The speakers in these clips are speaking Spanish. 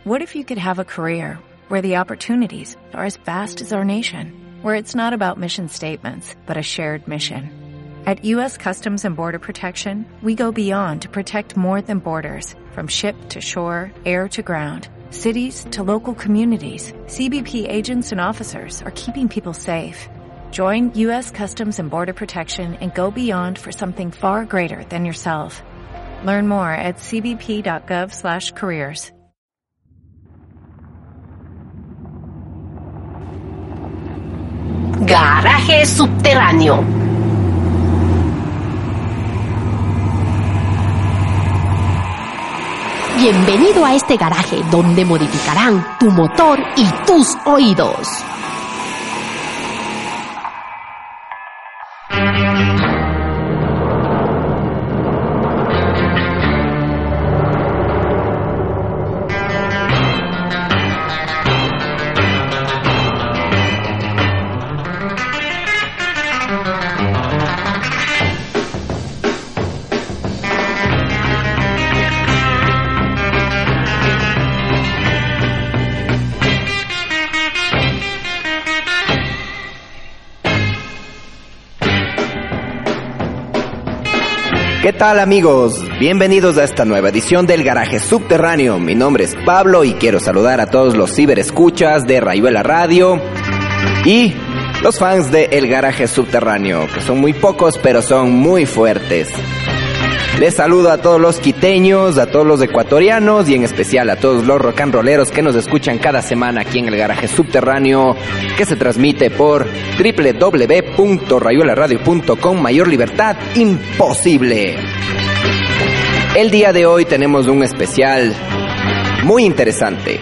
What if you could have a career where the opportunities are as vast as our nation, where it's not about mission statements, but a shared mission? At U.S. Customs and Border Protection, we go beyond to protect more than borders, from ship to shore, air to ground, cities to local communities. CBP agents and officers are keeping people safe. Join U.S. Customs and Border Protection and go beyond for something far greater than yourself. Learn more at cbp.gov/careers. Garaje subterráneo. Bienvenido a este garaje donde modificarán tu motor y tus oídos. ¿Qué tal, amigos? Bienvenidos a esta nueva edición del Garaje Subterráneo. Mi nombre es Pablo y quiero saludar a todos los ciberescuchas de Rayuela Radio y los fans de El Garaje Subterráneo, que son muy pocos pero son muy fuertes. Les saludo a todos los quiteños, a todos los ecuatorianos y en especial a todos los rock and rolleros que nos escuchan cada semana aquí en El Garaje Subterráneo, que se transmite por www.rayuelaradio.com. Mayor libertad imposible. El día de hoy tenemos un especial muy interesante.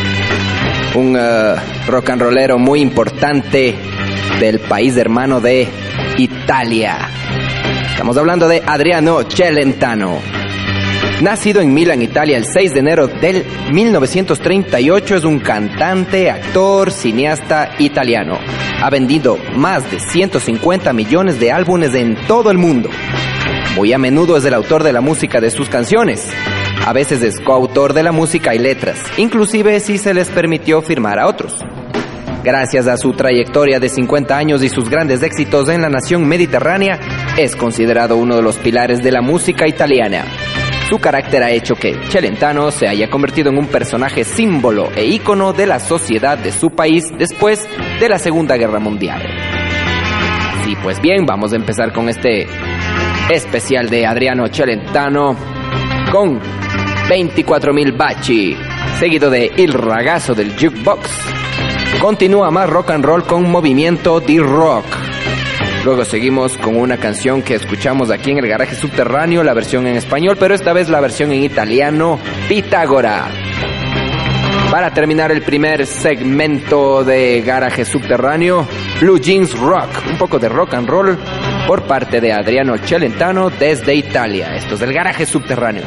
Un rock and rollero muy importante del país hermano de Italia. Estamos hablando de Adriano Celentano. Nacido en Milán, Italia, el 6 de enero del 1938, es un cantante, actor, cineasta italiano. Ha vendido más de 150 millones de álbumes en todo el mundo. Muy a menudo es el autor de la música de sus canciones. A veces es coautor de la música y letras, inclusive si se les permitió firmar a otros. Gracias a su trayectoria de 50 años y sus grandes éxitos en la nación mediterránea, es considerado uno de los pilares de la música italiana. Su carácter ha hecho que Celentano se haya convertido en un personaje símbolo e ícono de la sociedad de su país después de la Segunda Guerra Mundial. Así pues bien, vamos a empezar con este especial de Adriano Celentano con 24.000 baci, seguido de Il ragazzo del jukebox. Continúa más rock and roll con Movimiento di Rock. Luego seguimos con una canción que escuchamos aquí en el Garaje Subterráneo, la versión en español, pero esta vez la versión en italiano, Pitágora. Para terminar el primer segmento de Garaje Subterráneo, Blue Jeans Rock, un poco de rock and roll por parte de Adriano Celentano desde Italia. Esto es el Garaje Subterráneo.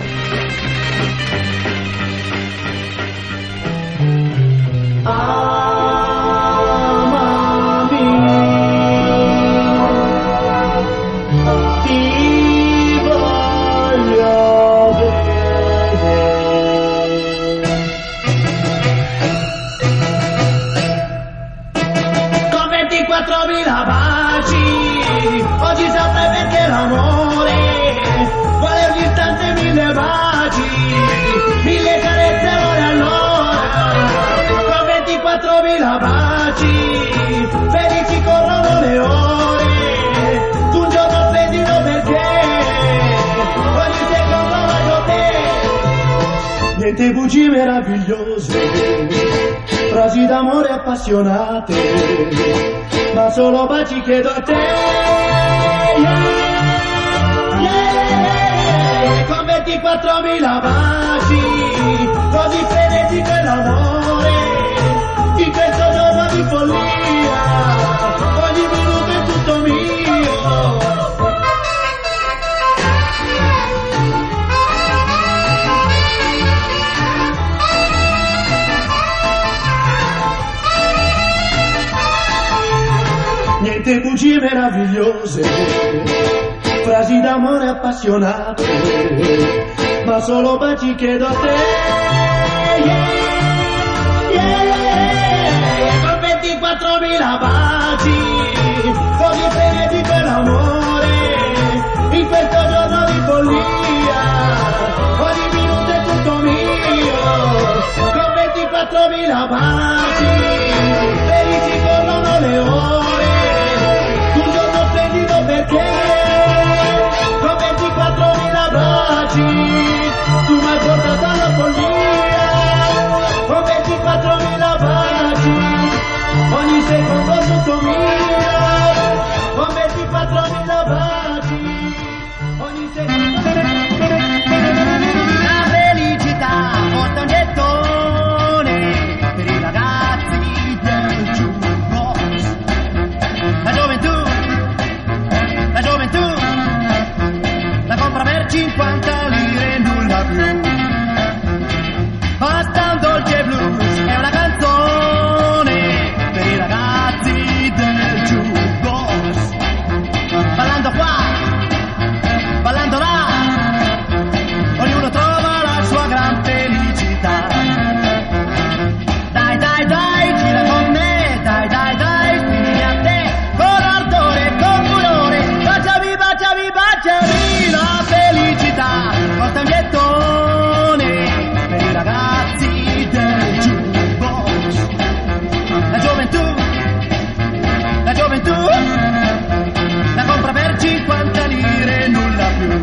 Felici corrono le ore, tu un giorno splendido perché ogni secondo voglio te. Niente bugie meravigliose, frasi d'amore appassionate, ma solo baci chiedo a te. Con 24.000 baci, così frenetico è l'amore, in questo giorno di follia, ogni minuto è tutto mio. Niente bugie meravigliose, frasi d'amore appassionate, ma solo baci chiedo a te. 24.000 baci, felici corrono le ore, un giorno splendido perché, con 24.000 baci, tu mi hai portato alla follia, con 24.000 baci, ogni secondo tutto mio, con 24.000 baci, ogni secondo. La felicità porta un gettone per i ragazzi del jukebox. La gioventù la compra per 50 lire e nulla più. Basta un dolce blues, è una canzone per i ragazzi del jukebox. Ballando qua, ballando là, ognuno trova la sua gran felicità. Dai, dai, dai, gira con me, dai, dai, dai, spini a te, con ardore e con furore, baciami, baciami, baciami, la felicità costa un gettone per i ragazzi del jukebox. La gioventù, la compra per 50 lire e nulla più.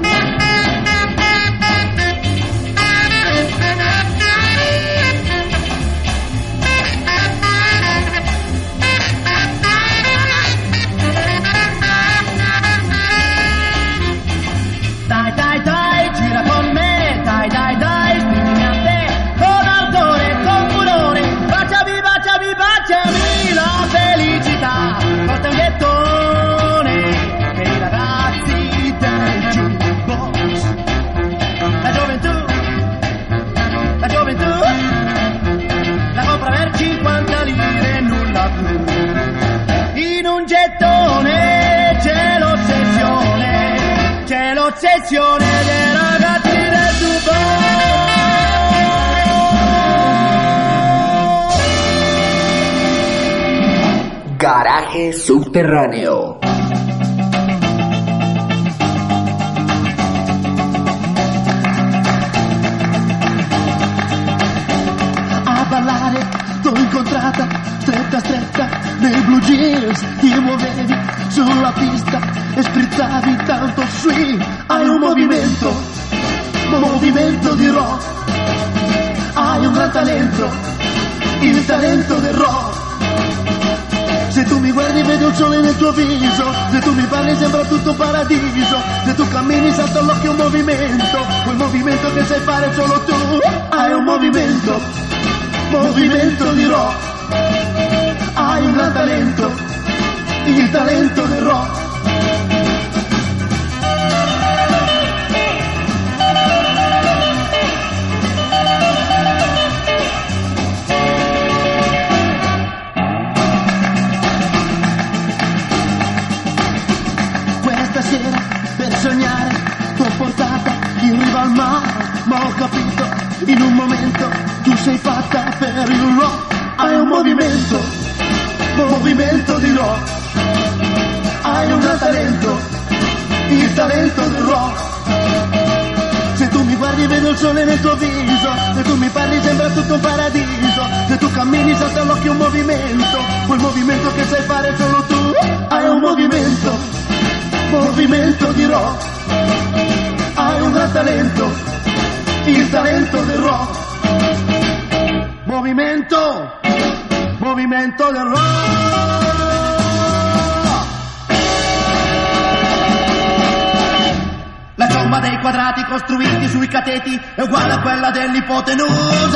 Dai, dai, dai, gira con me, dai, dai, dai, spingi a te, con ardore e con furore, baciami, baciami, baciami, la felicità costa un gettone per i ragazzi del jukebox. La gioventù, la compra per 50 lire e nulla più. In un gettone c'è l'ossessione dei ragazzi del jukebox. Garaje subterráneo. A ballare t'ho incontrata, stretta stretta, nei blue jeans, ti muovevi sulla pista e sprizzavi tanto swing. Hai un movimento di rock, hai un gran talento, il talento del rock. Se tu mi guardi vedo il sole nel tuo viso, se tu mi parli sembra tutto un paradiso, se tu cammini salta all'occhio un movimento, quel movimento che sai fare solo tu. Hai un movimento di rock, hai un gran talento, il talento del rock. Questa sera per sognare t'ho portata in riva al mare, ma ho capito in un momento tu sei fatta per il rock. Hai un movimento di rock, hai un gran talento, il talento del rock. Se tu mi guardi vedo il sole nel tuo viso, se tu mi parli sembra tutto un paradiso, se tu cammini salta all'occhio un movimento, quel movimento che sai fare solo tu. Hai un movimento di rock, hai un gran talento, il talento del rock. Movimento del rock. La somma dei quadrati costruiti sui cateti è uguale a quella dell'ipotenusa.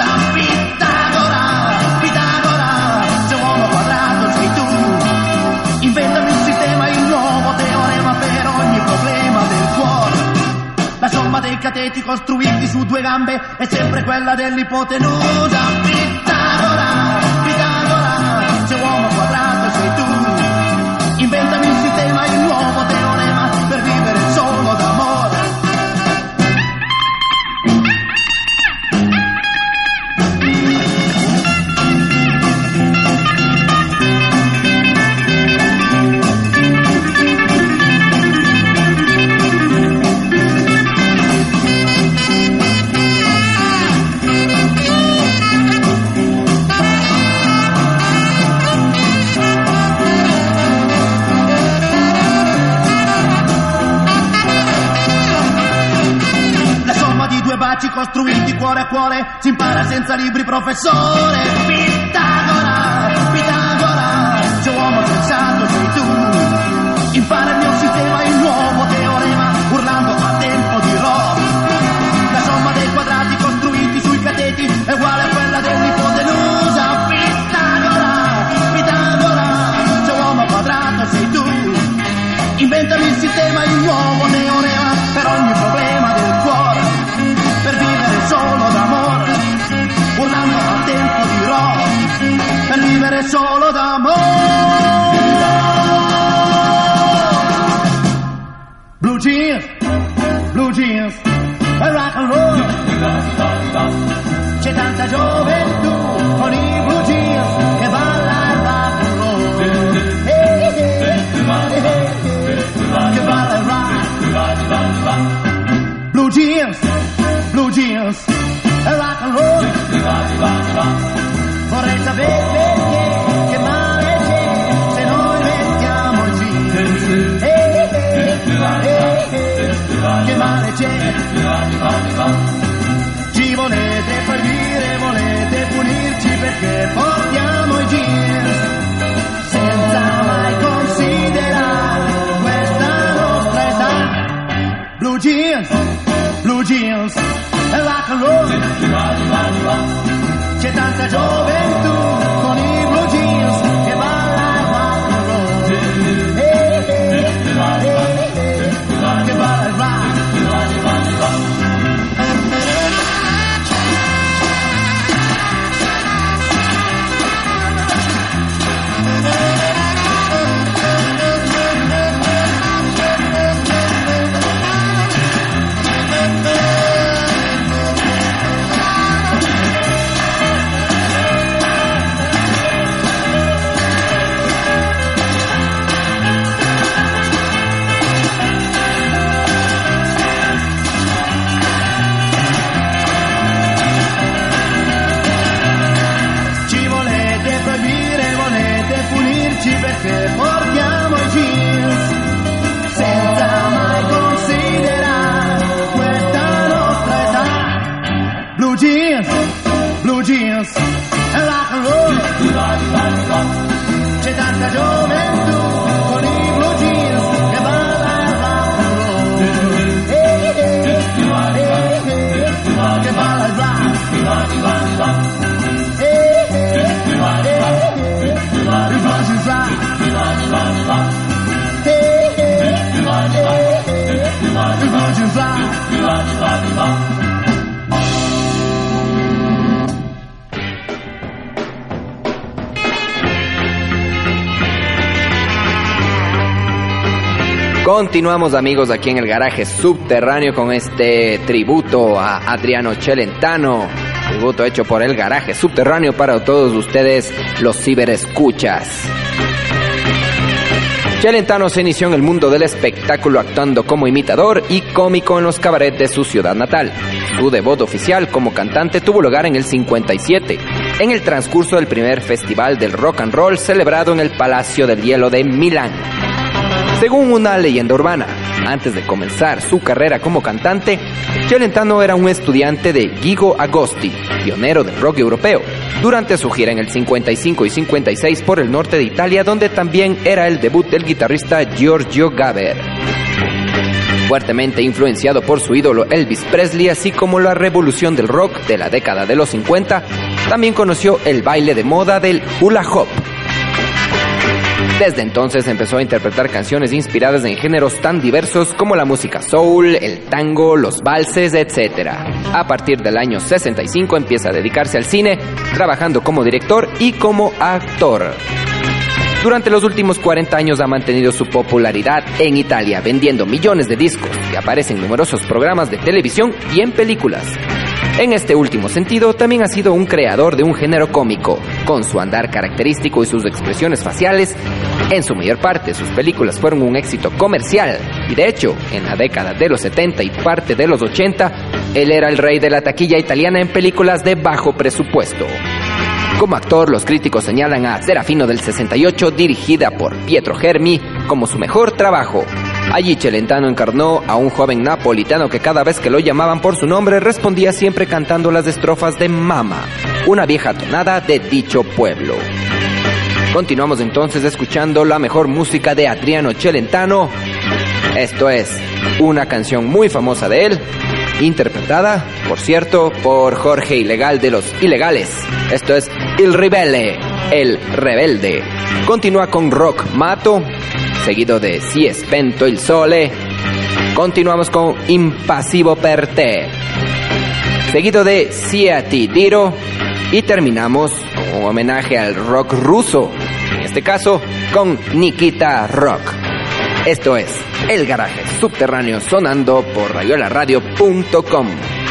Pitagora, se uomo quadrato sei tu. Inventami un sistema, il nuovo teorema per ogni problema del cuore. La somma dei cateti costruiti su due gambe è sempre quella dell'ipotenusa. Pitagora, se uomo quadrato sei tu. Inventami un sistema, il nuovo teorema per vivere solo d'amore. scuole si impara senza libri, professore. Pitagora, Pitagora, c'è uomo sensato sei tu. Impara il mio sistema, il nuovo teorema, urlando a tempo di rock. La somma dei quadrati costruiti sui cateti è uguale a quella dell'ipotenusa. Pitagora, Pitagora, c'è uomo quadrato sei tu. Inventami il sistema, il nuovo teorema per ogni problema del cuore, per vivere solo d'amore, urlando a tempo di rock, per vivere solo d'amore. Blue jeans, e rock and roll. C'è tanta gioventù con i blue jeans che balla il rock and roll. Che balla il rock. Blue jeans, e rock and roll. Vorrei sapere perché, che male c'è se noi mettiamo il jeans. Che male c'è? Ci volete far dire, volete punirci perché portiamo i jeans, senza mai considerare questa nostra età. Blue jeans, e rock and roll. C'è tanta gioventù con i blue jeans che balla il rock and roll. Che balla il rock. Perché portiamo i jeans senza mai considerare questa nostra età. Blue jeans, e rock and roll. C'è tanta gioventù con i blue jeans che balla il rock and roll. Che balla il rock. Continuamos, amigos, aquí en el garaje subterráneo con este tributo a Adriano Celentano. Tributo hecho por el garaje subterráneo para todos ustedes, los ciberescuchas. Celentano se inició en el mundo del espectáculo actuando como imitador y cómico en los cabarets de su ciudad natal. Su debut oficial como cantante tuvo lugar en el 57, en el transcurso del primer festival del rock and roll celebrado en el Palacio del Hielo de Milán. Según una leyenda urbana, antes de comenzar su carrera como cantante, Celentano era un estudiante de Guigo Agosti, pionero del rock europeo, durante su gira en el 55 y 56 por el norte de Italia, donde también era el debut del guitarrista Giorgio Gaber. Fuertemente influenciado por su ídolo Elvis Presley, así como la revolución del rock de la década de los 50, también conoció el baile de moda del hula hoop. Desde entonces empezó a interpretar canciones inspiradas en géneros tan diversos como la música soul, el tango, los valses, etc. A partir del año 65 empieza a dedicarse al cine, trabajando como director y como actor. Durante los últimos 40 años ha mantenido su popularidad en Italia, vendiendo millones de discos y aparece en numerosos programas de televisión y en películas. En este último sentido, también ha sido un creador de un género cómico, con su andar característico y sus expresiones faciales. En su mayor parte, sus películas fueron un éxito comercial, y de hecho, en la década de los 70 y parte de los 80, él era el rey de la taquilla italiana en películas de bajo presupuesto. Como actor, los críticos señalan a Serafino del 68, dirigida por Pietro Germi, como su mejor trabajo. Allí Celentano encarnó a un joven napolitano que cada vez que lo llamaban por su nombre respondía siempre cantando las estrofas de Mama, una vieja tonada de dicho pueblo. Continuamos entonces escuchando la mejor música de Adriano Celentano. Esto es una canción muy famosa de él, interpretada, por cierto, por Jorge Ilegal de Los Ilegales. Esto es Il Ribelle, el rebelde. Continúa con Rock Mato, seguido de Si è spento il sole. Continuamos con Impassivo per te, seguido de Si a ti Diro. Y terminamos con un homenaje al rock ruso, en este caso con Nikita Rock. Esto es El Garaje Subterráneo, sonando por radiolaradio.com.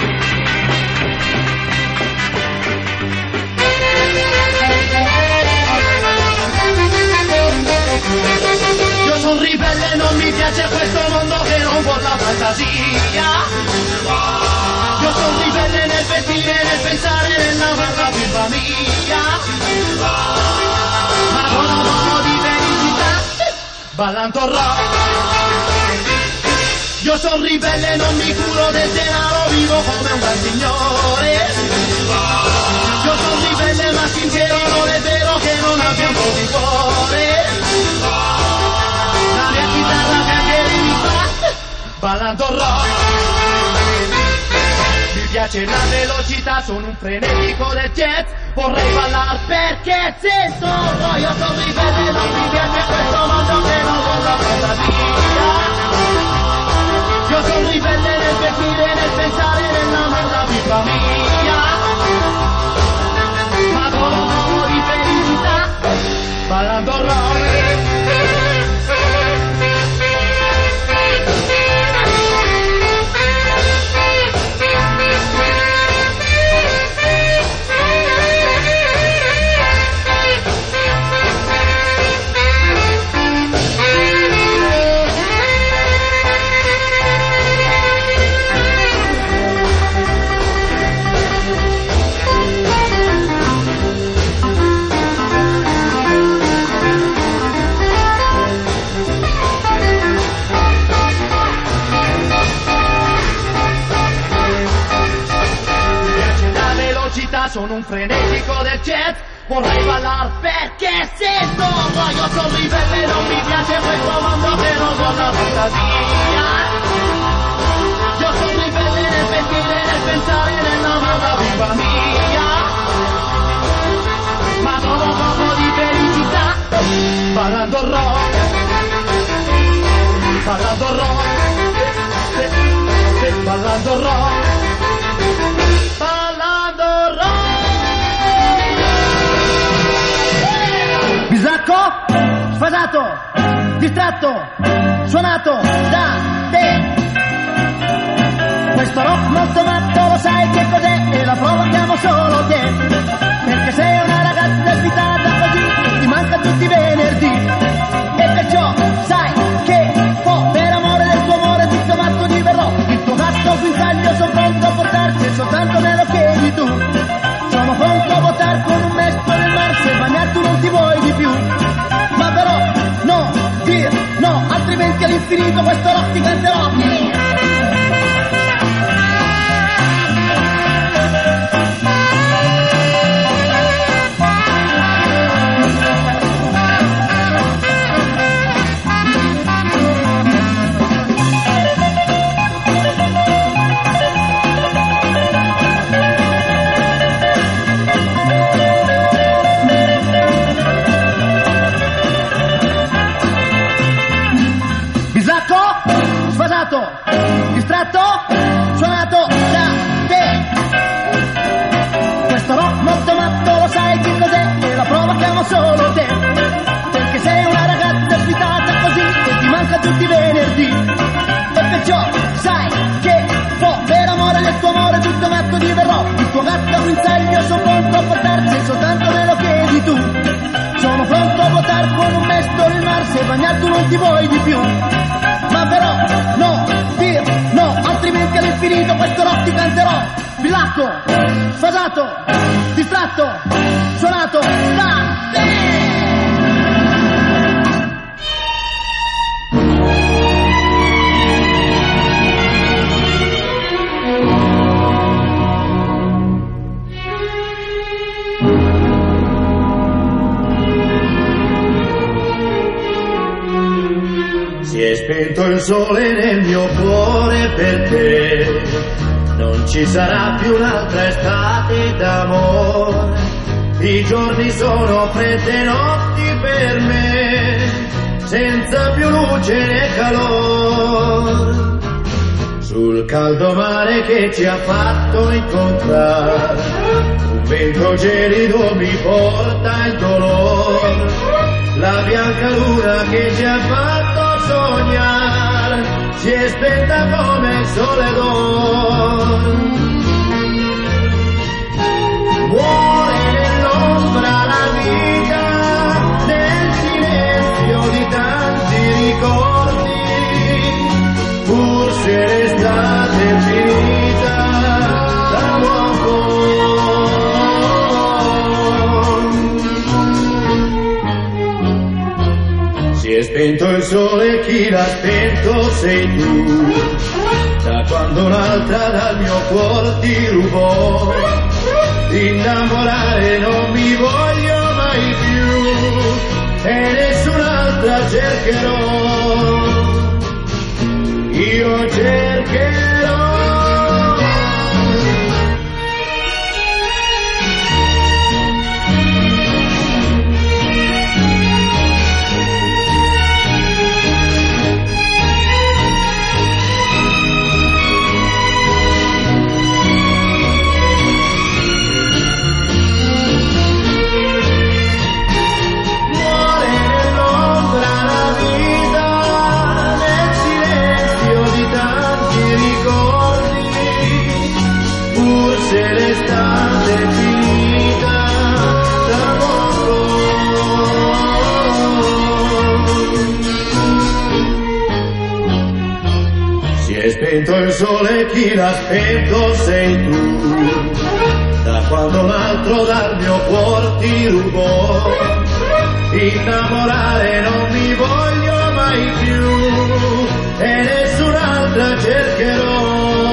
Io sono ribelle, non mi piace questo mondo che non vuole la fantasia. Io sono ribelle nel vestire, nel pensare, nell'amare la più famiglia. Ma con un po' di felicità, ballando rock. Io sono ribelle, non mi curo del denaro, vivo come un gran signore. Io sono ribelle ma sincero, non è vero che non abbia un po' di cuore. La mia chitarra piangere mi fa, ballando rock. Mi piace la velocità, sono un frenetico del jazz. Vorrei ballare perché sento, no, io sono ribelle, non mi piace questo mondo che non vuole la fantasia. Io sono ribelle nel vestire, nel pensare, nell'amare la mia famiglia. Ma con un po' di felicità, ballando rock. Sono un frenetico del jazz, vorrei ballare perché sento, ma io sono ribelle, non mi piace questo mondo che non vuole la fantasia. Io sono ribelle nel vestire, nel pensare, nell'amare la viva mia. Ma con un poco di felicità, ballando rock, ballando rock, ballando rock. Bisacco, sfasato, distratto, suonato da te. Questo rock molto matto lo sai che cos'è e la provochiamo solo te. Perché sei una ragazza svitata così, ti manca tutti i venerdì. E perciò sai che può, per amore del tuo amore tutto matto diverrò. Il tuo gatto guinzaglio sono pronto a portarti e soltanto me lo chiedi tu. Sono pronto a votare con un mesto nel mar, se bagnare tu non ti vuoi di più. Ma però, no, dir, no, altrimenti all'infinito questo rock ti canterò. Bisacco! spento il sole nel mio cuore per te, non ci sarà più un'altra estate d'amore, i giorni sono fredde notti per me, senza più luce né calore, sul caldo mare che ci ha fatto incontrare, un vento gelido mi porta il dolore, la bianca luna che ci ha fatto sognare, si è spenta come il sole d'oro. Muore nell'ombra la vita, nel silenzio di tanti ricordi, forse l'estate è finita da poco. Si è spento il sole, chi l'ha spento sei tu, da quando un'altra dal mio cuore ti rubò, innamorare non mi voglio mai più e nessun'altra cercherò, io cercherò. Se l'estate è finita da poco. Si è spento il sole, chi l'ha spento sei tu, da quando un altro dal mio cuore ti rubò, innamorare non mi voglio mai più e nessun'altra cercherò,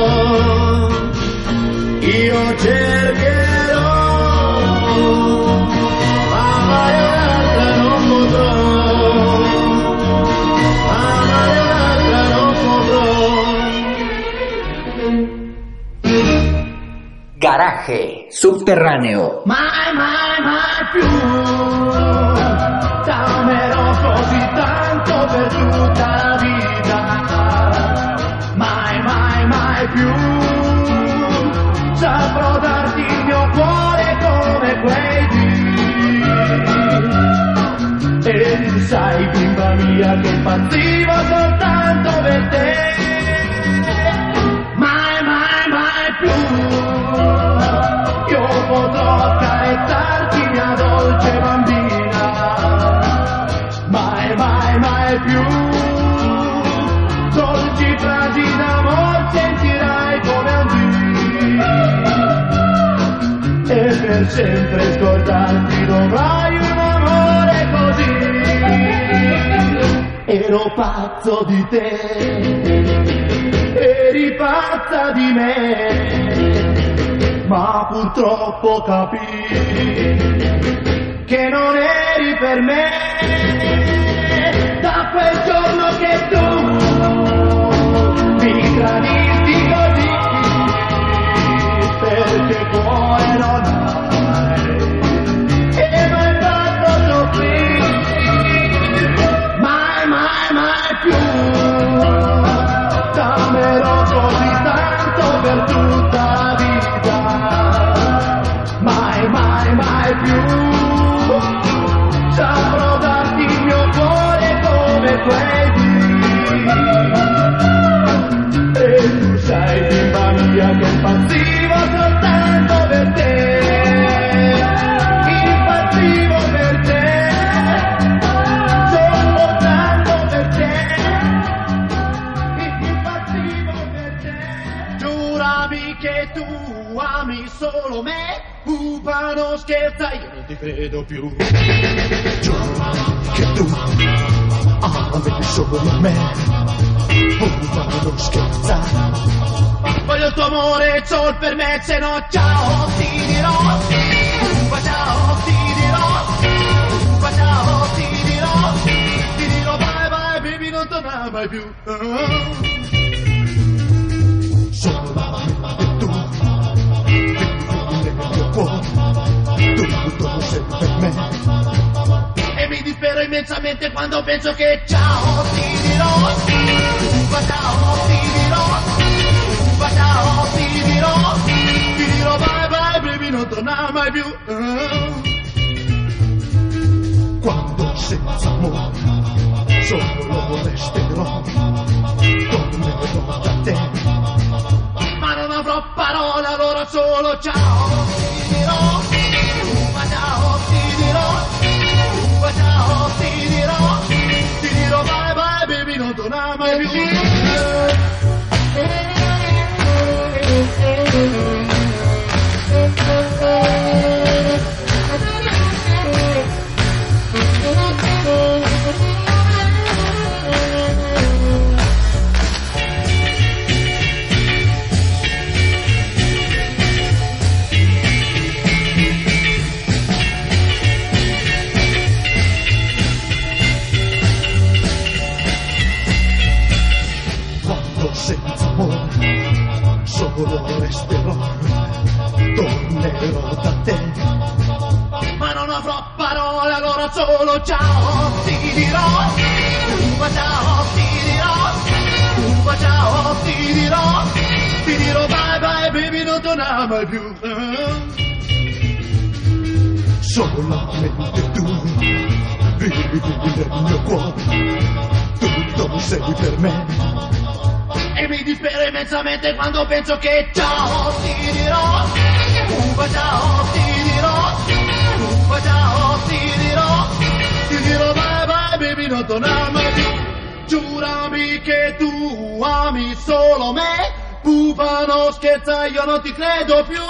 io cercherò, amare un'altra non potrò, amare un'altra non potrò. Garaje subterráneo. Mai più, t'amerò così tanto per tutta la vita, mai più. Saprò darti il mio cuore come quei dì, e tu sai, bimba mia, che impazzivo soltanto per te. Mai più, io potrò accarezzarti, mia dolce bambina, mai più, dolci frasi d'amor sentirai come un dì, e per sempre scordarti dovrai un amore così. Ero pazzo di te, eri pazza di me, ma purtroppo capii che non eri per me. Da quel giorno che tu mi tradisti così, perché cuore non hai e m'hai fatto soffrire. Mai più t'amerò così tanto per tutta la vita, mai più saprò darti il mio cuore come quei dì, e tu sai, bimba mia, che impazzivo soltanto per te, impazzivo per te, soltanto per te, impazzivo per te. Giurami che tu ami solo me, pupa non scherza, io non ti credo più. Giurami che tu ami solo me, pupa non scherza. Voglio il tuo amore solo per me, se no ciao ti dirò, pupa ciao ti dirò, pupa ciao ti dirò, bye bye baby, non tornare mai più. Solamente tu vivi nel mio cuore, tutto sei per me. E mi dispero immensamente quando penso che ciao ti dirò, ciao ti dirò, ciao ti dirò bye bye baby, non tornare mai più. Quando senza amore solo resterò, tornerò da te, ma non avrò parole, allora solo ciao ti dirò, ciao ti dirò, ciao ti dirò bye bye baby, non tornare mai più. Senza amore solo resterò, tornerò da te, ma non avrò parole, allora solo ciao ti dirò, ciao ti dirò, ciao ti dirò bye bye baby, non tornare mai più. Solamente tu vivi nel mio cuore, tutto sei per me. E mi dispero immensamente quando penso che ciao ti dirò, ciao ti dirò, ciao ti dirò bye bye baby, non tornare mai più. Giurami che tu ami solo me, pupa non scherza, io non ti credo più.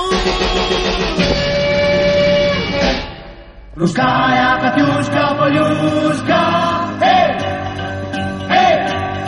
Ruskaya, Katyushka, Polyushka, hey, hey.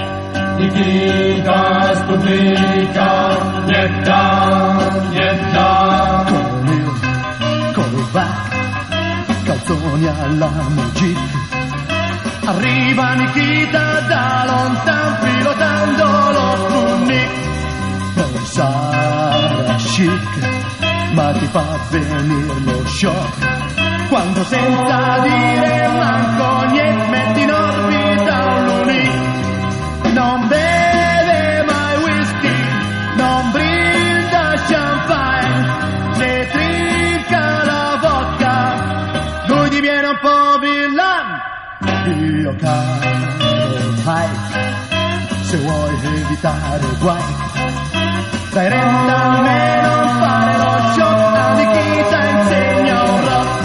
Nikita, Sputnika, get down, get down. Call back, calzoni alla Mujik. Arriva Nikita da lontan pilotando lo Sputnik. Non sarà chic, ma ti fa venire lo shock. Quando senza dire manco niente metti in orbita un l'unico. Non beve mai whisky, non brinda champagne, se trinca la vodka, lui diviene un po' villan. Io caro Mike, se vuoi evitare guai, dai retta a me, non fare lo shock, a Nikita insegna un rock.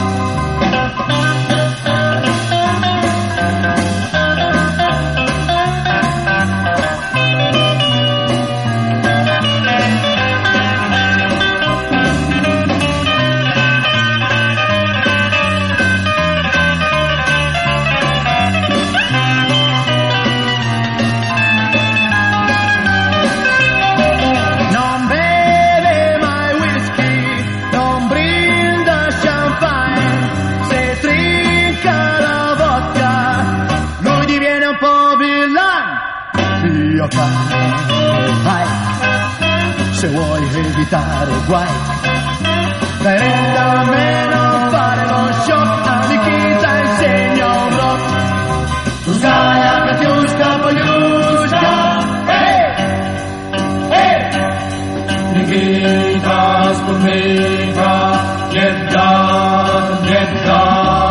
Se vuoi evitare guai, dai retta a me, non fare lo shock, a Nikita insegna un rock. Ruskaya, Katyushka, Polyushka, hey, hey. Nikita, Sputnika, get down, get down.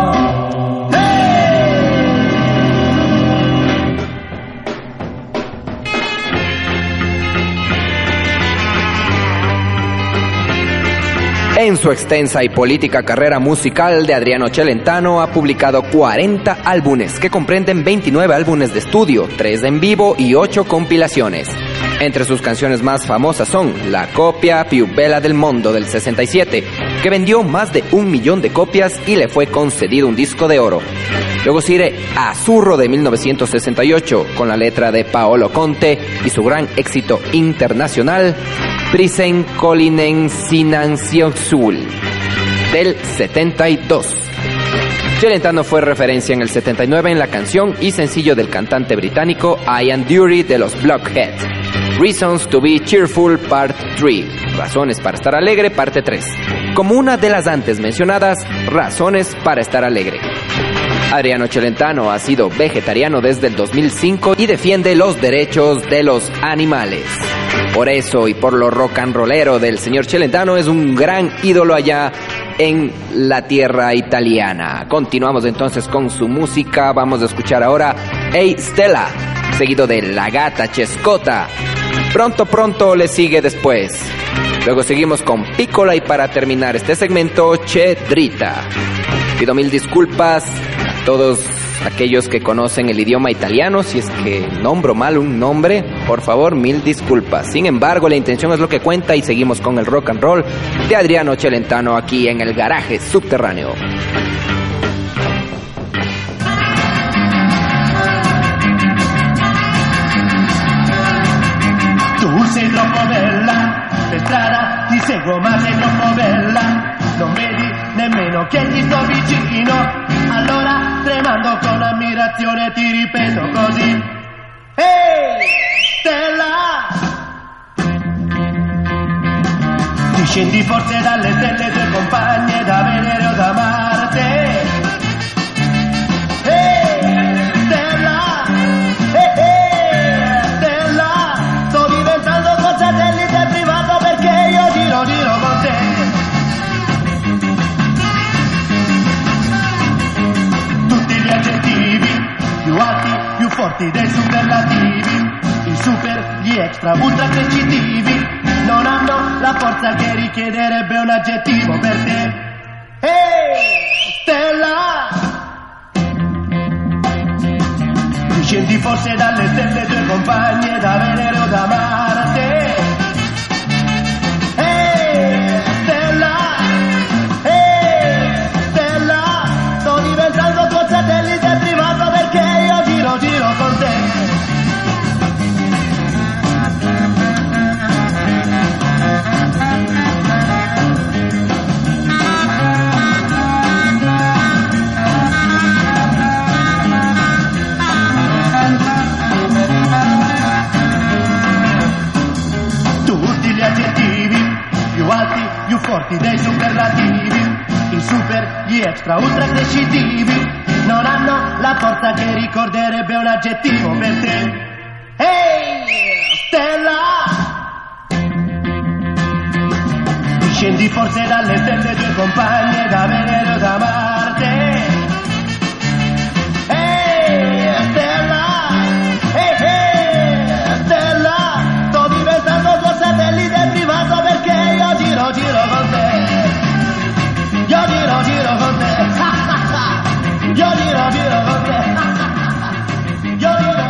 En su extensa y política carrera musical de Adriano Celentano ha publicado 40 álbumes que comprenden 29 álbumes de estudio, 3 en vivo y 8 compilaciones. Entre sus canciones más famosas son la copia più bella del mondo del 67, que vendió más de 1 millón de copias y le fue concedido un disco de oro. Luego sigue Azzurro de 1968, con la letra de Paolo Conte y su gran éxito internacional, Prisen Kolinen Sinansiosul, del 72. Celentano fue referencia en el 79 en la canción y sencillo del cantante británico Ian Dury de los Blockhead, Reasons to be Cheerful Part 3, Razones para estar alegre, parte 3, como una de las antes mencionadas, Razones para estar alegre. Adriano Celentano ha sido vegetariano desde el 2005 y defiende los derechos de los animales. Por eso y por lo rock and rollero del señor Celentano es un gran ídolo allá en la tierra italiana. Continuamos entonces con su música. Vamos a escuchar ahora Hey Stella, seguido de La Gata Cescota. Pronto le sigue después. Luego seguimos con Piccola y para terminar este segmento, Che Dritta. Pido mil disculpas a todos aquellos que conocen el idioma italiano, si es que nombro mal un nombre, por favor, mil disculpas. Sin embargo, la intención es lo que cuenta y seguimos con el rock and roll de Adriano Celentano aquí en el Garaje Subterráneo. Tu sei troppo bella, per strada ti seguo ma sei troppo bella, non vedi nemmeno che ti sto vicino, allora tremando con ammirazione ti ripeto così. Ehi, Stella! Ti scendi forse dalle stelle tue compagne da Venere o da Marte. Ehi, Stella! Stella! Sto diventando col satellite privato perché io giro con te. Più alti, più forti dei superlativi, i super, gli extra, ultra crescitivi, non hanno la forza che richiederebbe un aggettivo per te. Ehi, Stella! Ti scendi forse dalle stelle tue compagne da Venere o da Marte. Ehi, Stella! Stella! Sto diventando tuo satellite privato perché io giro con te. Tutti gli aggettivi, più alti, più forti dei superlativi, i super, gli extra, ultra crescitivi, non hanno la forza che ricorderebbe un aggettivo per te. Ehi, Stella! Scendi forse dalle stelle tue compagne da Venere o da Marte. Ehi, Stella! Stella! Sto diventando tuo satellite privato perché io giro con te. Io giro con te. Io giro con te. Io giro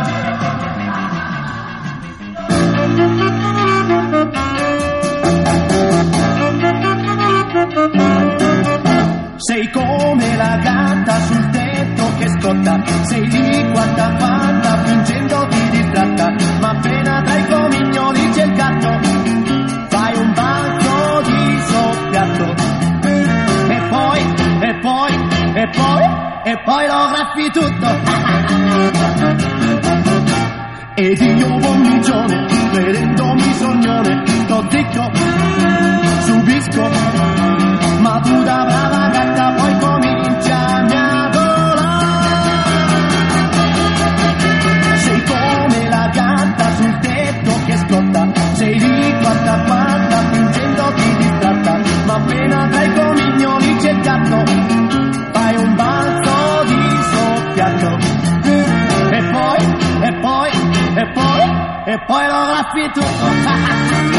con te. Sei come la gatta sul tetto che scotta, sei lì quanta fingendo di distratta, ma appena tra i comignoli c'è il gatto, fai un balzo di soppiatto, e poi lo graffi tutto. Ed io bonniccione, vedendomi sognone, sto zitto, subisco, ma tu da brava gatta poi cominciami a volare. Sei come la gatta sul tetto che scotta, sei lì quanta fingendo di distratta, ma appena tra i comignoli c'è il gatto, fai un balzo di soppiatto, e poi lo graffi tutto.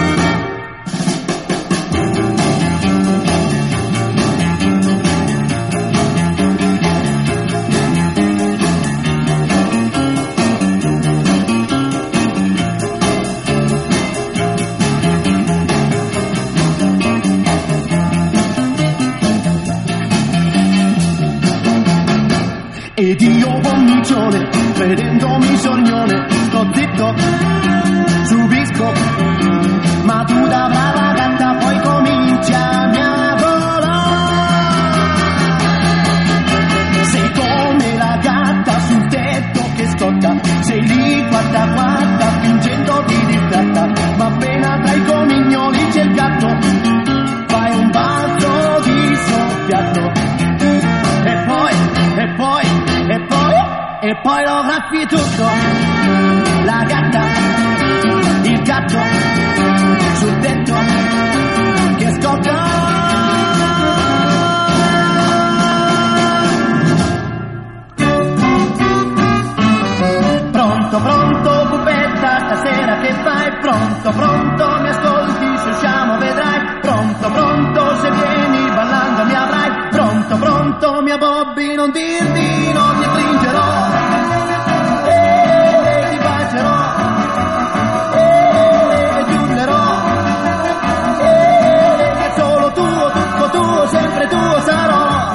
Ed io bonniccione, vedendomi sornione, sto zitto, subisco, ma tu da brava gatta poi cominciami a volare. gatto. E poi lo graffi tutto. La gatta, il gatto, sul tetto che scotta. Pronto, pronto, pupetta, stasera che fai? Pronto, pronto, mi ascolti, se usciamo vedrai. Pronto, pronto, se vieni ballando mi avrai. Pronto, pronto, mia Bobby, non dirmi, non ti stringerò. Ti bacerò. Ti urlerò. Che solo tuo, tutto tuo, sempre tuo sarò.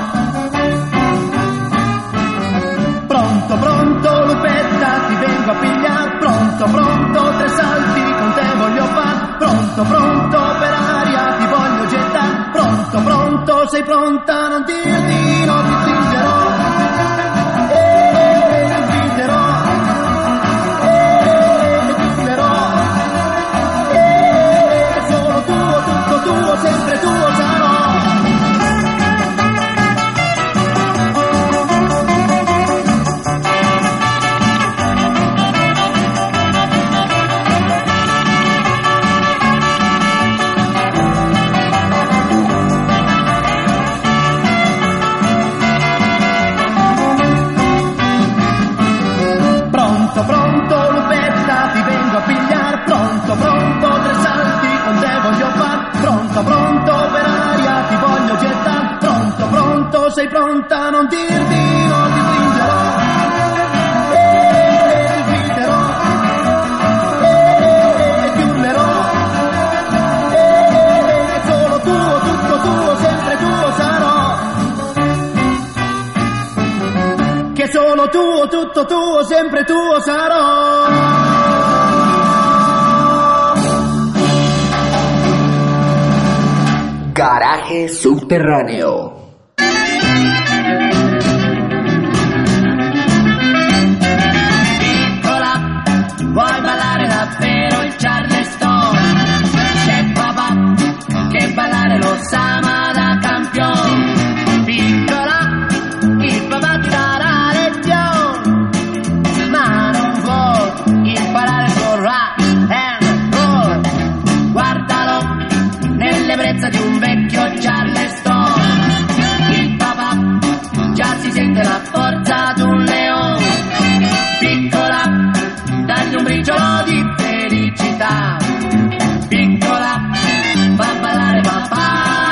Pronto, pronto, lupetta, ti vengo a pigliar. Pronto, pronto, 3 salti con te voglio far. Pronto, pronto, per aria ti voglio gettar. Pronto, pronto, sei pronta, non dirti, non ti stringerò. Ti inviterò. Ti urlerò. Solo tuo, tutto tuo, sempre tuo sarò. Pronto, lupetta, ti vengo a pigliar. Pronto, pronto, 3 salti con te voglio far. Pronto, pronto, per aria ti voglio gettar. Pronto, pronto, sei pronta, non dirti, non ti stringerò. Ti inviterò. Ti urlerò. Solo tuo, tutto tuo, sempre tuo sarò. Che solo tuo, tutto tuo, sempre tuo sarò. Garaje subterráneo. Piccola, vuoi ballare davvero il Charleston? C'è papà che ballare lo sa ma da campione. Piccola, il papà ti darà lezione, ma non vuoi imparare con rock and roll. Guardalo nell'ebbrezza di un vecchio Charleston. Il papà già si sente la forza di un leone. Piccola, dagli un briciolo di felicità. Piccola, fa ballare papà.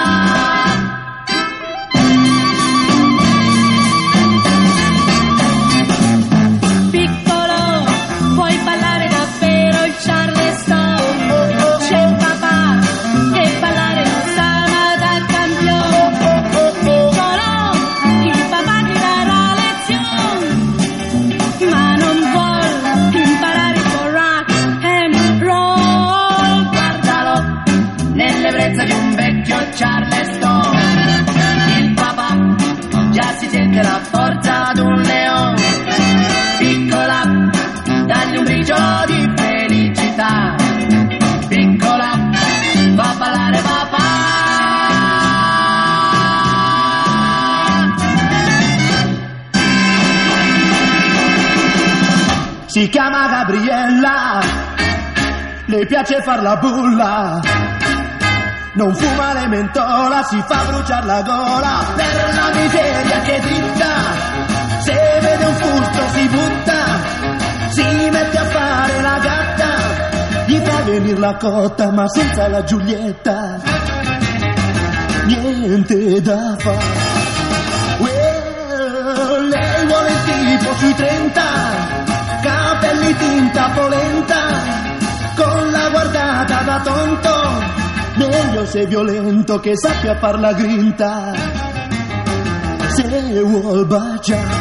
Piccolo, vuoi ballare davvero il Charleston? C'è papà che ballare lo sa ma da campione. Piccolo, il papà ti darà lezione, ma non vuol imparare con rock and roll. Guardalo nell'ebbrezza di un vecchio Charleston. Il papà già si sente la forza di un leone. Piccola, dagli un briciolo di felicità. Piccola, fa ballare papà. Si chiama Gabriella, le piace far la bulla. Non fuma le mentola, si fa bruciare la gola. Per la miseria che dritta, se vede un furto si butta. Si mette a fare la gatta, gli fa venir la cotta ma senza la Giulietta niente da fare. Lei vuole il tipo sui 30, capelli tinta polenta, con la guardata da tonto. Meglio se violento che sappia far la grinta. Se vuol baciare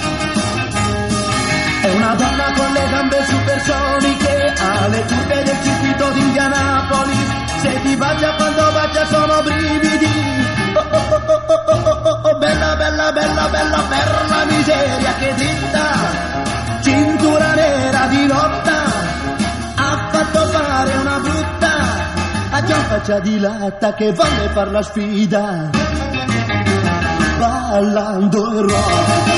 è una donna con le gambe supersoniche, ha le curve del circuito di Indianapolis. Se ti bacia quando bacia sono brividi. Bella, bella, bella, bella, per la miseria che dritta. Cintura nera di lotta, ha fatto fare una brutta. Ha già faccia di latta che volle far la sfida. ballando il rock.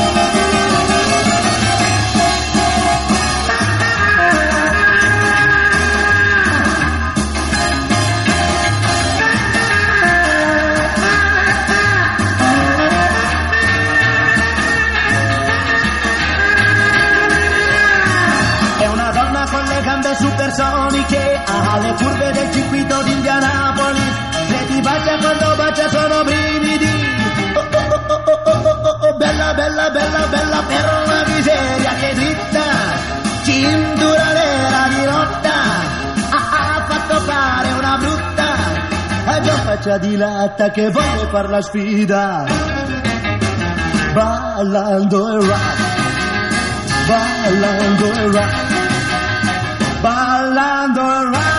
Supersoniche alle curve del circuito di Indianapolis, se ti bacia quando bacia sono brividi. Oh, oh, oh, oh, oh, oh, oh, bella, bella, bella, bella, per una miseria che dritta, cintura nera di rotta, ha fatto fare una brutta, già faccia di latta che vuole far la sfida, ballando il rock, ballando il rock. Ballando el rock.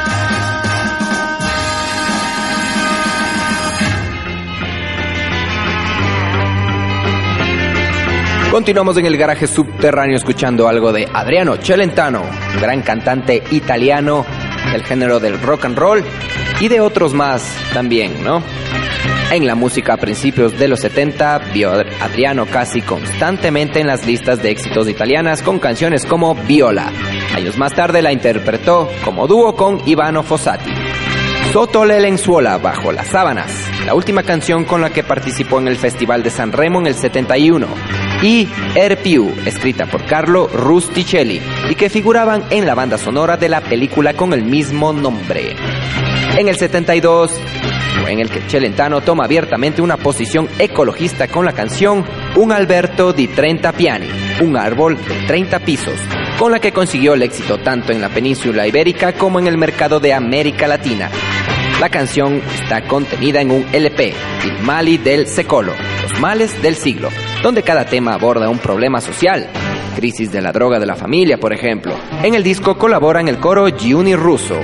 Continuamos en el garaje subterráneo escuchando algo de Adriano Celentano, un gran cantante italiano del género del rock and roll y de otros más también, ¿no? En la música a principios de los 70 vio a Adriano casi constantemente en las listas de éxitos italianas con canciones como Viola. Años más tarde la interpretó como dúo con Ivano Fossati. Sotto le lenzuola, bajo las sábanas, la última canción con la que participó en el Festival de San Remo en el 71, y Erpiù, escrita por Carlo Rusticelli, y que figuraban en la banda sonora de la película con el mismo nombre. En el 72, en el que Celentano toma abiertamente una posición ecologista con la canción Un Alberto di 30 piani, un árbol de 30 pisos, con la que consiguió el éxito tanto en la península ibérica como en el mercado de América Latina. La canción está contenida en un LP, Il Mali del Secolo, Los Males del Siglo, donde cada tema aborda un problema social, crisis de la droga de la familia, por ejemplo. En el disco colabora en el coro Giuni Russo.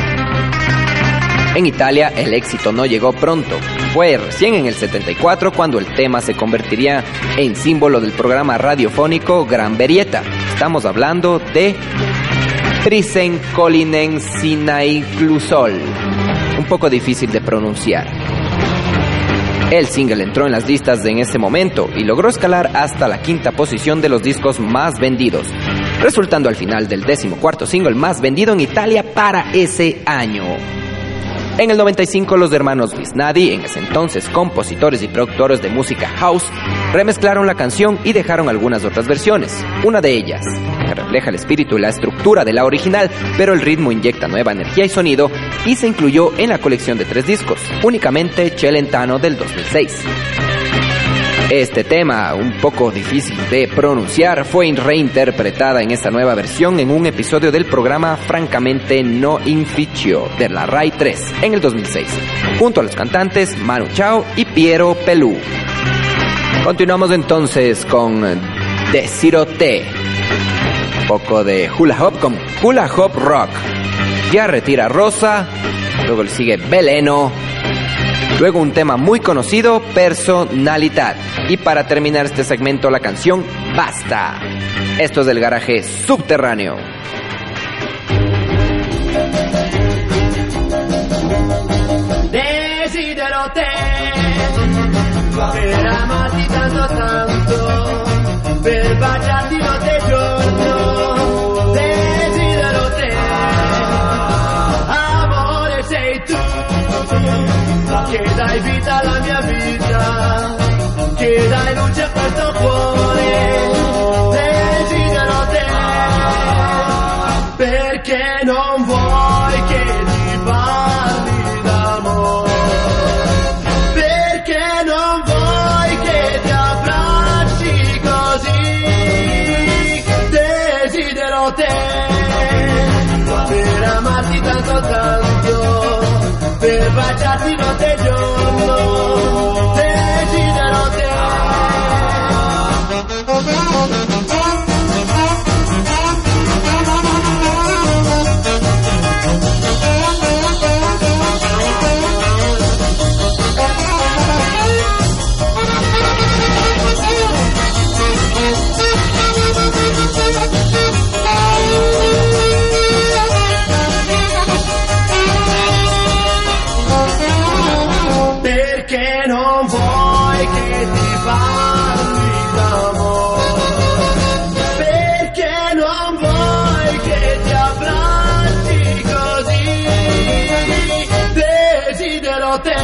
En Italia el éxito no llegó pronto, fue recién en el 74 cuando el tema se convertiría en símbolo del programa radiofónico Gran Verieta. Estamos hablando de Trisen Collinen Sinai Clusol, un poco difícil de pronunciar. El single entró en las listas en ese momento y logró escalar hasta la 5ª posición de los discos más vendidos, resultando al final del 14º single más vendido en Italia para ese año. En el 95 los hermanos Visnadi, en ese entonces compositores y productores de música house, remezclaron la canción y dejaron algunas otras versiones. Una de ellas, que refleja el espíritu y la estructura de la original, pero el ritmo inyecta nueva energía y sonido, y se incluyó en la colección de 3 discos, únicamente Celentano del 2006. Este tema, un poco difícil de pronunciar, fue reinterpretada en esta nueva versión en un episodio del programa Francamente No Inficio de la Rai 3 en el 2006, junto a los cantantes Manu Chao y Piero Pelù. Continuamos entonces con Desiro Te, un poco de hula hop con hula hop rock. Ya retira Rosa, luego le sigue Veleno, luego un tema muy conocido, Personalidad. Y para terminar este segmento, la canción Basta. Esto es del garaje subterráneo. Desidero te per amarti tanto tanto, per baciarti notte e giorno. Desidero te, amore sei tu, che dai vita alla mia vita, che dai luce a questo cuore. Desidero te, perché non vuoi che ti parli d'amore, perché non vuoi che ti abbracci così. Desidero te, per amarti tanto tanto, per baciarti notte e giorno. Desidero te. vuoi che ti parli d'amore? Perché non vuoi che ti abbracci così? Desidero te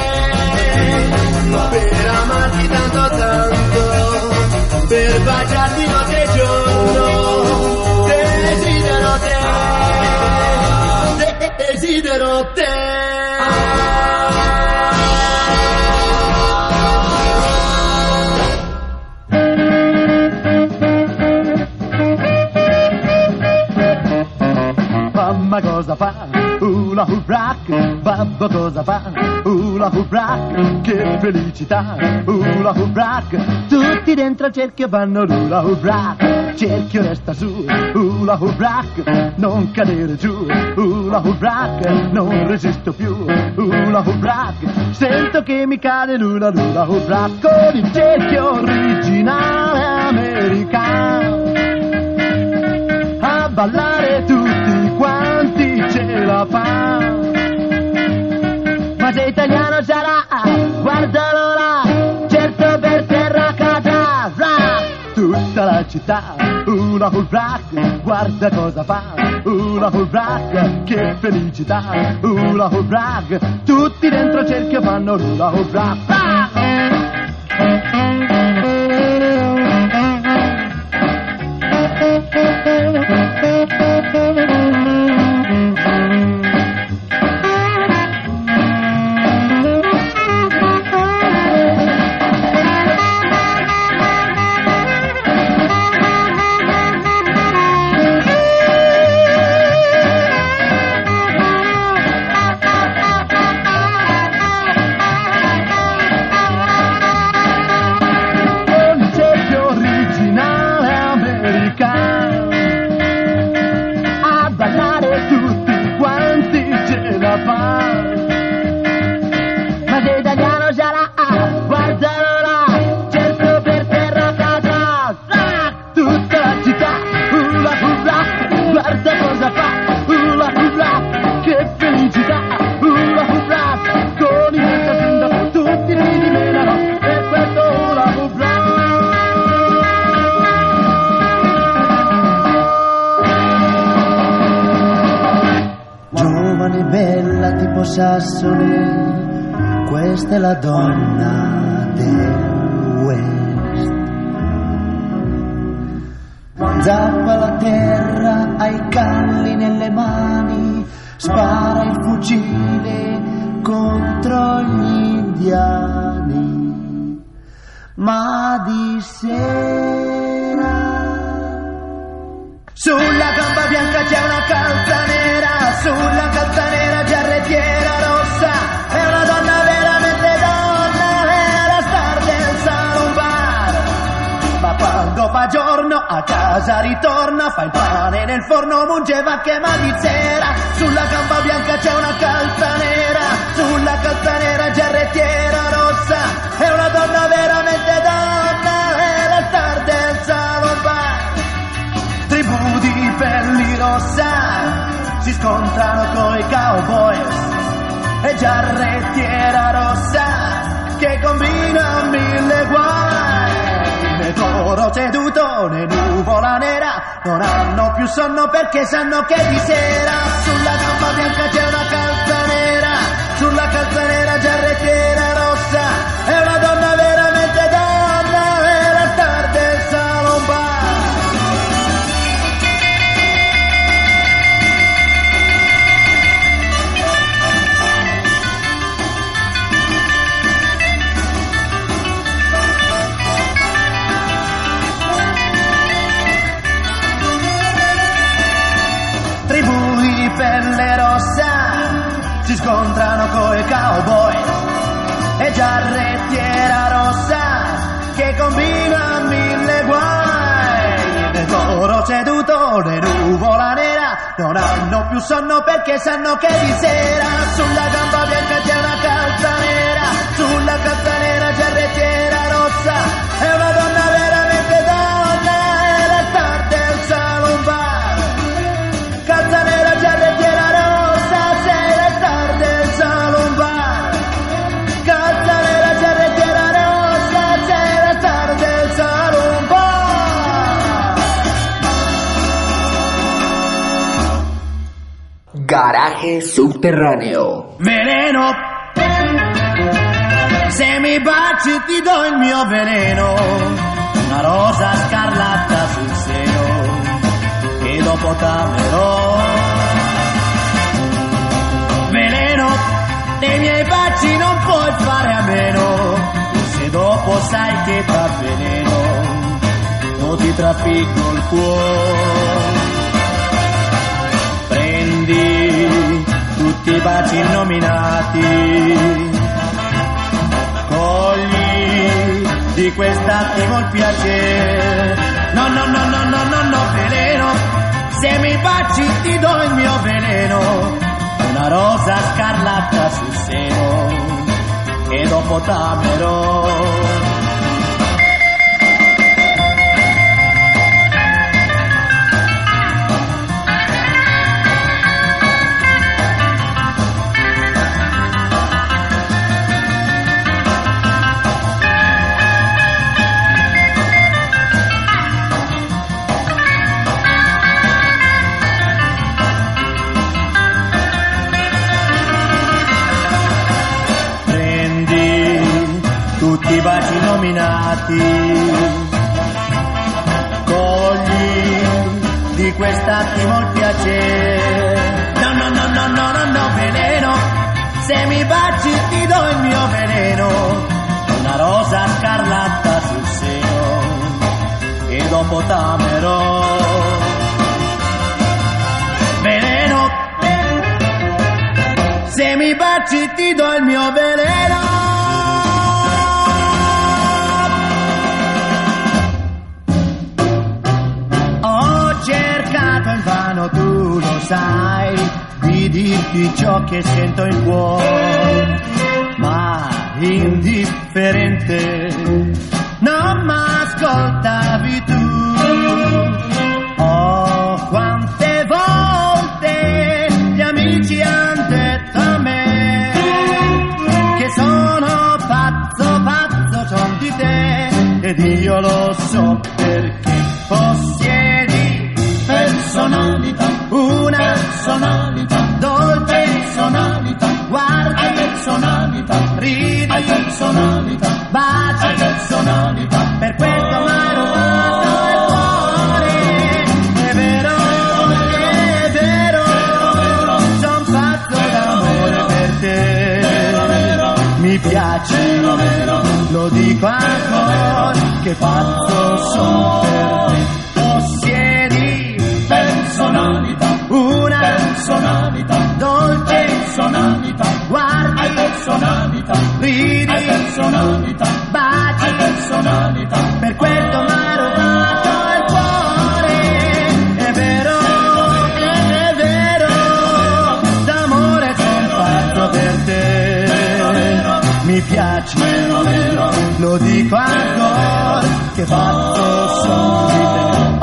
per amarti tanto tanto, per baciarti notte e giorno. Desidero te, desidero te. Mamma cosa fa? Hula hoop rock. Babbo cosa fa? Hula hoop rock. Che felicità! Hula hoop rock. Tutti dentro al cerchio vanno l'hula hoop rock. Cerchio resta su, hula hoop rock. Non cadere giù, hula hoop rock. Non resisto più, hula hoop rock. Sento che mi cade l'hula hoop rock. Con il cerchio originale americano. A ballare tutti quanti ce la fa. Ma se italiano sarà, guardalo là, certo per terra cadrà. Tutta la città, hula hoop rock, guarda cosa fa. Hula hoop rock, che felicità. Hula hoop rock, tutti dentro cerchio fanno hula hoop rock. Sassone, questa è la donna del West. Zappa la terra, ai calli nelle mani, spara il fucile contro gli indiani. Ma di sera sulla gamba bianca c'è una calza nera, sulla calza nera giarrettiera rossa, è una donna veramente donna, è la star del salon bar. Ma quando fa giorno a casa ritorna, fa il pane nel forno, munge vacche ma di sera. Sulla gamba bianca c'è una calza nera, sulla calza nera giarrettiera rossa, è una donna veramente donna, è la star del salon bar. Tribù di pelli rossa si scontrano coi cowboys e giarrettiera rossa che combina mille guai. Né toro seduto né nuvola nera non hanno più sonno perché sanno che di sera sulla gamba bianca c'è una calza nera, sulla calza nera giarrettiera rossa, è una donna veramente donna, è la star del salon bar. Pelle rossa si scontrano coi cowboys e giarrettiera rossa che combina mille guai. Né toro seduto né nuvola nera non hanno più sonno perché sanno che di sera sulla gamba bianca c'è una calza nera, sulla calza nera giarrettiera rossa, è una donna veramente donna, è la star del salon bar. Calza nera giarrettiera rossa, sei la star del salon bar. Calza nera giarrettiera rossa, Garaje subterráneo. Veleno, se mi baci ti do il mio veleno, una rosa scarlatta sul seno, e dopo t'amerò. Veleno, dei miei baci non puoi fare a meno, se dopo sai che t'avveleno, o ti trafiggo il cuore. Prendi tutti i baci nominati, cogli di quest'attimo il piacere. No, no, no, no, no, no, no, veleno, se mi baci ti do il mio veleno, una rosa scarlatta sul seno, e dopo t'amerò. I baci nominati, cogli di quest'attimo il piacere. No, no, no, no, no, no, no, veleno, se mi baci ti do il mio veleno, una rosa scarlatta sul seno, e dopo t'amerò. Veleno, se mi baci ti do il mio veleno. Invano, tu lo sai, di dirti ciò che sento in cuore, ma indifferente non m'ascoltavi tu. Oh, quante volte gli amici han detto a me che sono pazzo, pazzo son di te, ed io lo so perché possiedi personalità, una personalità, dolce personalità, guardi personalità, ridi personalità, baci personalità, per questo m'hai rubato il cuore. È vero, son pazzo d'amore per te, mi piace, lo dico ancora, che pazzo son per te. Personalità, una personalità, dolce personalità, guardi personalità, ridi personalità, baci personalità, per questo m'ha rubato il cuore. È vero, d'amore son fatto per te, mi piace, lo dico ancora, che fatto son di te.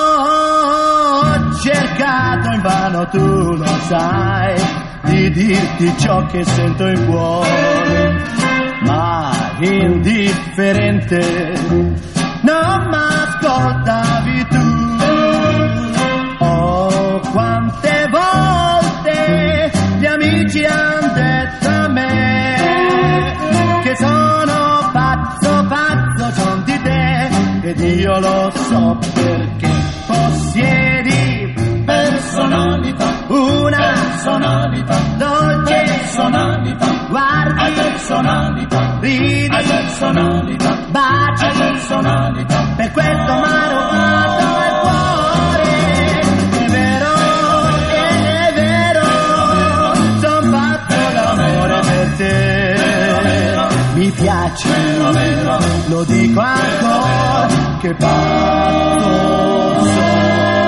Cercato invano, tu lo sai, di dirti ciò che sento in cuore, ma indifferente non m'ascoltavi tu. Oh, quante volte gli amici han detto a me che sono pazzo, pazzo son di te, ed io lo so perché possiedi personalità, una personalità, dolce personalità, guardi personalità, ridi personalità, baci personalità, per questo m'ha rubato il cuore. È vero, son fatto d'amore per te, mi piace, lo dico ancora, che pazzo sono.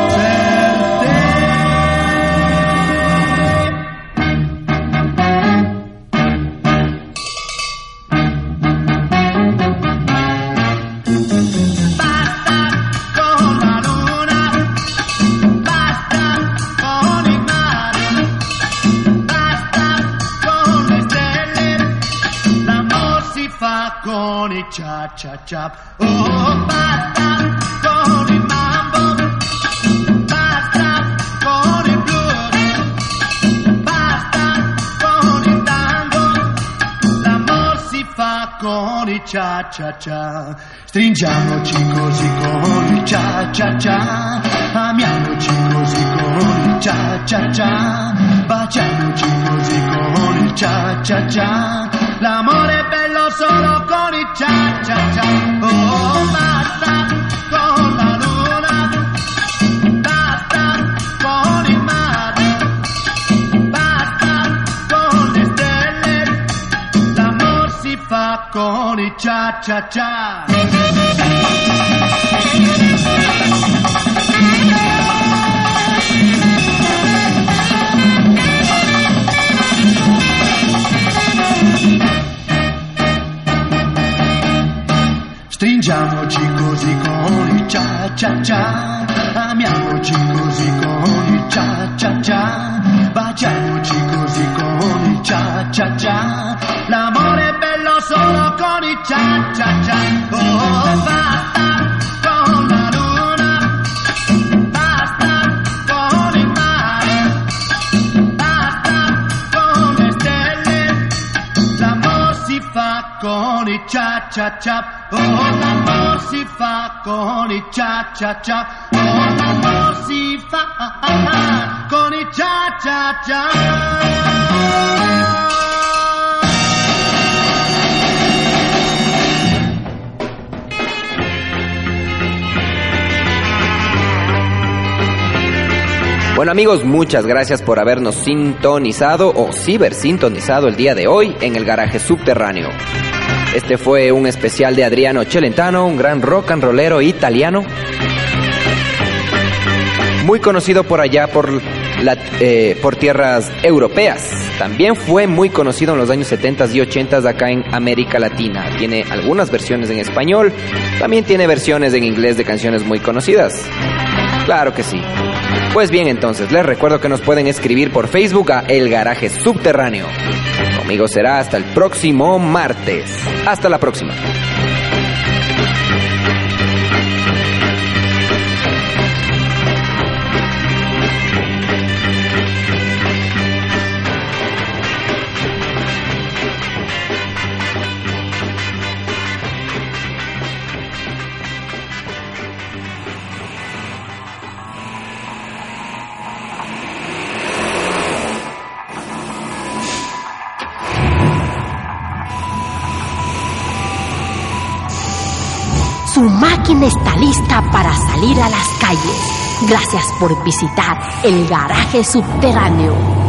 Con i cha cha cha, oh basta con il mambo, basta con il blues, cha cha cha. Stringiamoci così con il cha cha cha. Amiamoci così con il cha cha cha. Baciamoci così con il cha cha cha. L'amore è bello solo con il cha cha cha. Oh, basta con la luna, basta con il mare, basta con le stelle. L'amor si fa con il cha cha cha. Stringiamoci così con il cha cha cha. Amiamoci così con il cha cha cha. Baciamoci così con il cha cha cha. L'amore è bello solo con il cha cha cha. Oh, basta con la luna, basta con il mare, basta con le stelle. L'amor si fa con il cha cha cha. Oh, l'amor si fa con il cha cha cha. Oh, l'amor si fa con il cha cha cha. Bueno amigos, muchas gracias por habernos sintonizado o cibersintonizado el día de hoy en el Garaje Subterráneo. Este fue un especial de Adriano Celentano, un gran rock and rollero italiano, muy conocido por allá por tierras europeas. También fue muy conocido en los años 70 y 80 acá en América Latina. Tiene algunas versiones en español, también tiene versiones en inglés de canciones muy conocidas. Claro que sí. Pues bien, entonces, les recuerdo que nos pueden escribir por Facebook a El Garaje Subterráneo. Conmigo será hasta el próximo martes. Hasta la próxima. Su máquina está lista para salir a las calles. Gracias por visitar El Garaje Subterráneo.